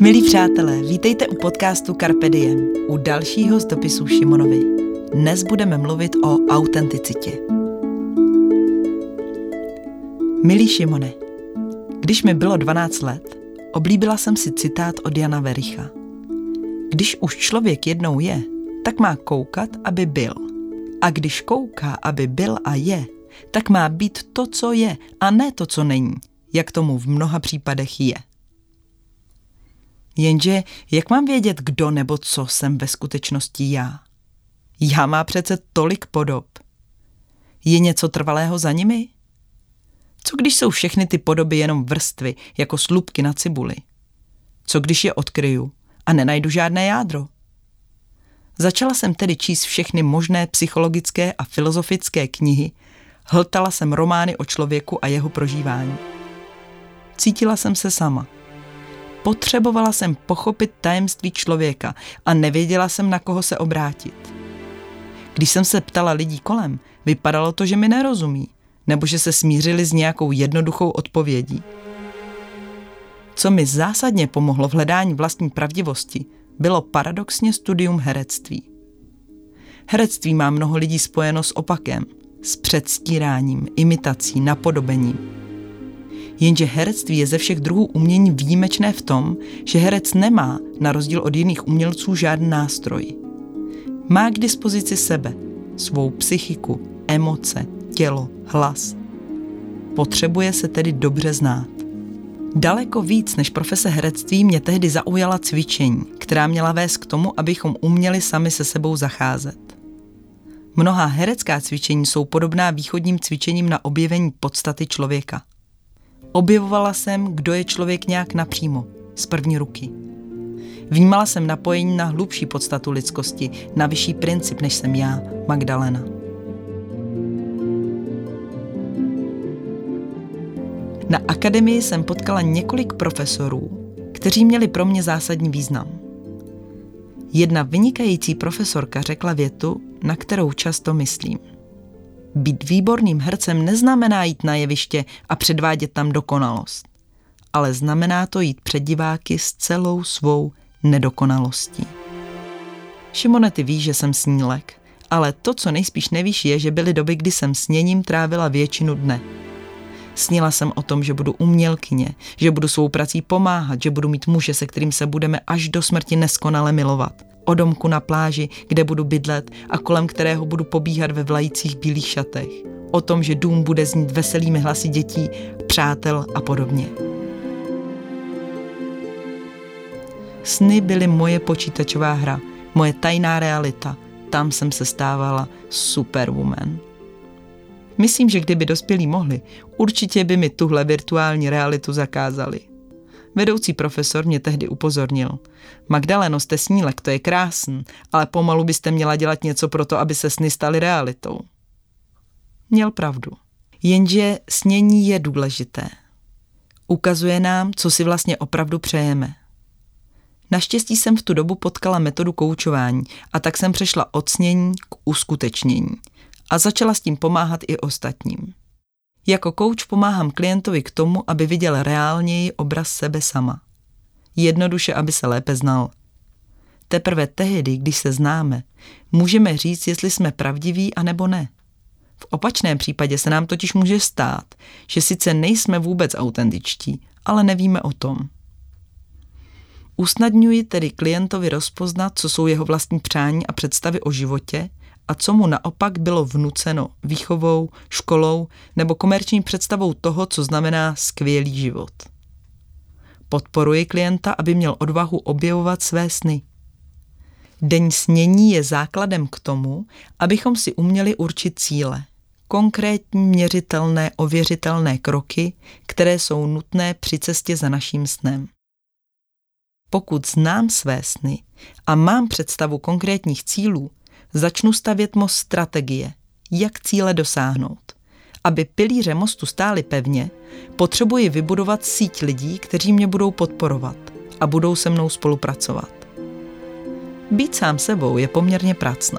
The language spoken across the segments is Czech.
Milí přátelé, vítejte u podcastu Carpe Diem, u dalšího z dopisů Šimonovi. Dnes budeme mluvit o autenticitě. Milý Šimone, když mi bylo 12 let, oblíbila jsem si citát od Jana Wericha. Když už člověk jednou je, tak má koukat, aby byl. A když kouká, aby byl a je, tak má být to, co je, a ne to, co není, jak tomu v mnoha případech je. Jenže jak mám vědět, kdo nebo co jsem ve skutečnosti já? Já má přece tolik podob. Je něco trvalého za nimi? Co když jsou všechny ty podoby jenom vrstvy, jako slupky na cibuli? Co když je odkryju a nenajdu žádné jádro? Začala jsem tedy číst všechny možné psychologické a filozofické knihy, hltala jsem romány o člověku a jeho prožívání. Cítila jsem se sama. Potřebovala jsem pochopit tajemství člověka a nevěděla jsem, na koho se obrátit. Když jsem se ptala lidí kolem, vypadalo to, že mi nerozumí, nebo že se smířili s nějakou jednoduchou odpovědí. Co mi zásadně pomohlo v hledání vlastní pravdivosti, bylo paradoxně studium herectví. Herectví má mnoho lidí spojeno s opakem, s předstíráním, imitací, napodobením. Jenže herectví je ze všech druhů umění výjimečné v tom, že herec nemá, na rozdíl od jiných umělců, žádný nástroj. Má k dispozici sebe, svou psychiku, emoce, tělo, hlas. Potřebuje se tedy dobře znát. Daleko víc než profese herectví mě tehdy zaujala cvičení, která měla vést k tomu, abychom uměli sami se sebou zacházet. Mnohá herecká cvičení jsou podobná východním cvičením na objevení podstaty člověka. Objevovala jsem, kdo je člověk nějak napřímo, z první ruky. Vnímala jsem napojení na hlubší podstatu lidskosti, na vyšší princip, než jsem já, Magdalena. Na akademii jsem potkala několik profesorů, kteří měli pro mě zásadní význam. Jedna vynikající profesorka řekla větu, na kterou často myslím. Být výborným hercem neznamená jít na jeviště a předvádět tam dokonalost, ale znamená to jít před diváky s celou svou nedokonalostí. Šimone, ty víš, že jsem snílek, ale to, co nejspíš nevíš, je, že byly doby, kdy jsem sněním trávila většinu dne. Snila jsem o tom, že budu umělkyně, že budu svou prací pomáhat, že budu mít muže, se kterým se budeme až do smrti neskonale milovat. O domku na pláži, kde budu bydlet a kolem kterého budu pobíhat ve vlajících bílých šatech. O tom, že dům bude znít veselými hlasy dětí, přátel a podobně. Sny byly moje počítačová hra, moje tajná realita. Tam jsem se stávala superwoman. Myslím, že kdyby dospělí mohli, určitě by mi tuhle virtuální realitu zakázali. Vedoucí profesor mě tehdy upozornil. Magdaleno, jste snílek, to je krásný, ale pomalu byste měla dělat něco pro to, aby se sny staly realitou. Měl pravdu. Jenže snění je důležité. Ukazuje nám, co si vlastně opravdu přejeme. Naštěstí jsem v tu dobu potkala metodu koučování a tak jsem přešla od snění k uskutečnění a začala s tím pomáhat i ostatním. Jako kouč pomáhám klientovi k tomu, aby viděl reálněji obraz sebe sama. Jednoduše, aby se lépe znal. Teprve tehdy, když se známe, můžeme říct, jestli jsme pravdiví a nebo ne. V opačném případě se nám totiž může stát, že sice nejsme vůbec autentičtí, ale nevíme o tom. Usnadňuji tedy klientovi rozpoznat, co jsou jeho vlastní přání a představy o životě, a co mu naopak bylo vnuceno výchovou, školou nebo komerční představou toho, co znamená skvělý život. Podporuji klienta, aby měl odvahu objevovat své sny. Deň snění je základem k tomu, abychom si uměli určit cíle, konkrétní, měřitelné, ověřitelné kroky, které jsou nutné při cestě za naším snem. Pokud znám své sny a mám představu konkrétních cílů, začnu stavět most strategie, jak cíle dosáhnout. Aby pilíře mostu stály pevně, potřebuji vybudovat síť lidí, kteří mě budou podporovat a budou se mnou spolupracovat. Být sám sebou je poměrně pracné.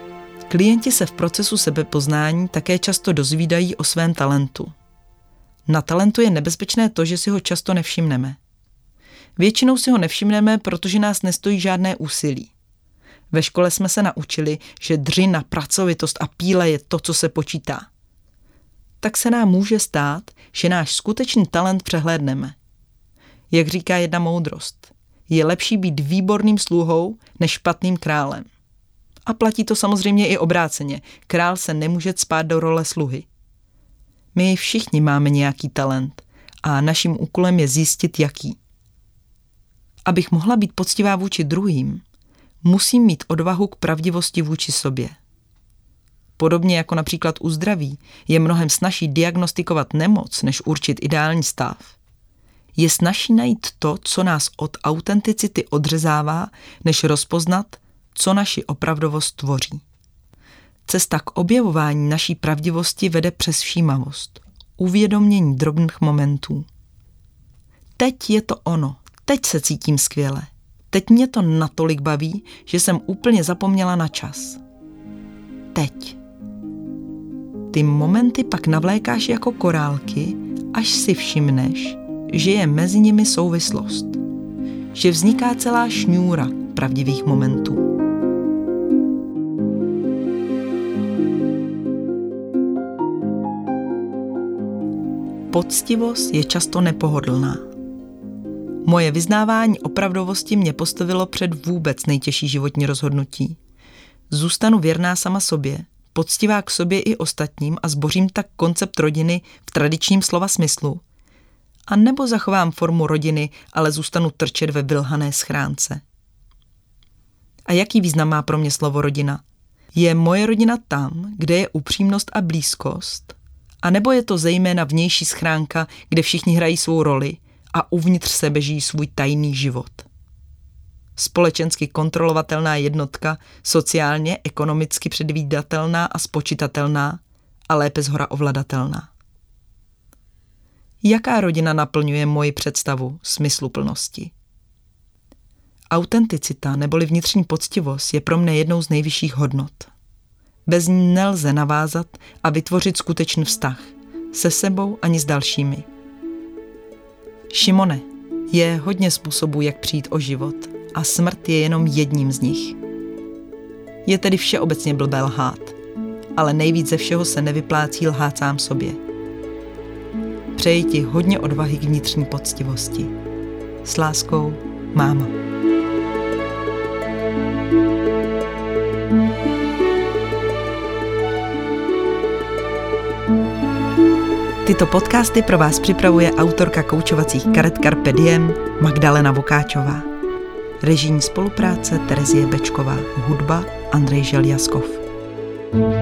Klienti se v procesu sebepoznání také často dozvídají o svém talentu. Na talentu je nebezpečné to, že si ho často nevšimneme. Většinou si ho nevšimneme, protože nás nestojí žádné úsilí. Ve škole jsme se naučili, že dřina, pracovitost a píle je to, co se počítá. Tak se nám může stát, že náš skutečný talent přehlédneme. Jak říká jedna moudrost, je lepší být výborným sluhou než špatným králem. A platí to samozřejmě i obráceně. Král se nemůže cpát do role sluhy. My všichni máme nějaký talent a naším úkolem je zjistit, jaký. Abych mohla být poctivá vůči druhým, musím mít odvahu k pravdivosti vůči sobě. Podobně jako například u zdraví, je mnohem snazší diagnostikovat nemoc, než určit ideální stav. Je snazší najít to, co nás od autenticity odřezává, než rozpoznat, co naši opravdovost tvoří. Cesta k objevování naší pravdivosti vede přes všímavost, uvědomění drobných momentů. Teď je to ono, teď se cítím skvěle. Teď mě to natolik baví, že jsem úplně zapomněla na čas. Teď. Ty momenty pak navlékáš jako korálky, až si všimneš, že je mezi nimi souvislost. Že vzniká celá šňůra pravdivých momentů. Poctivost je často nepohodlná. Moje vyznávání opravdovosti mě postavilo před vůbec nejtěžší životní rozhodnutí. Zůstanu věrná sama sobě, poctivá k sobě i ostatním a zbořím tak koncept rodiny v tradičním slova smyslu. A nebo zachovám formu rodiny, ale zůstanu trčet ve vylhané schránce. A jaký význam má pro mě slovo rodina? Je moje rodina tam, kde je upřímnost a blízkost? A nebo je to zejména vnější schránka, kde všichni hrají svou roli a uvnitř sebe žijí svůj tajný život? Společensky kontrolovatelná jednotka, sociálně, ekonomicky předvídatelná a spočitatelná a lépe zhora ovladatelná. Jaká rodina naplňuje moji představu smysluplnosti? Autenticita neboli vnitřní poctivost je pro mne jednou z nejvyšších hodnot. Bez ní nelze navázat a vytvořit skutečný vztah se sebou ani s dalšími. Šimone, je hodně způsobů, jak přijít o život a smrt je jenom jedním z nich. Je tedy všeobecně blbé lhát, ale nejvíc ze všeho se nevyplácí lhát sám sobě. Přeji ti hodně odvahy k vnitřní poctivosti. S láskou, máma. Tyto podcasty pro vás připravuje autorka koučovacích karet Carpe Diem Magdalena Vokáčová. Režijní spolupráce Terezie Bečková. Hudba Andrej Željaskov.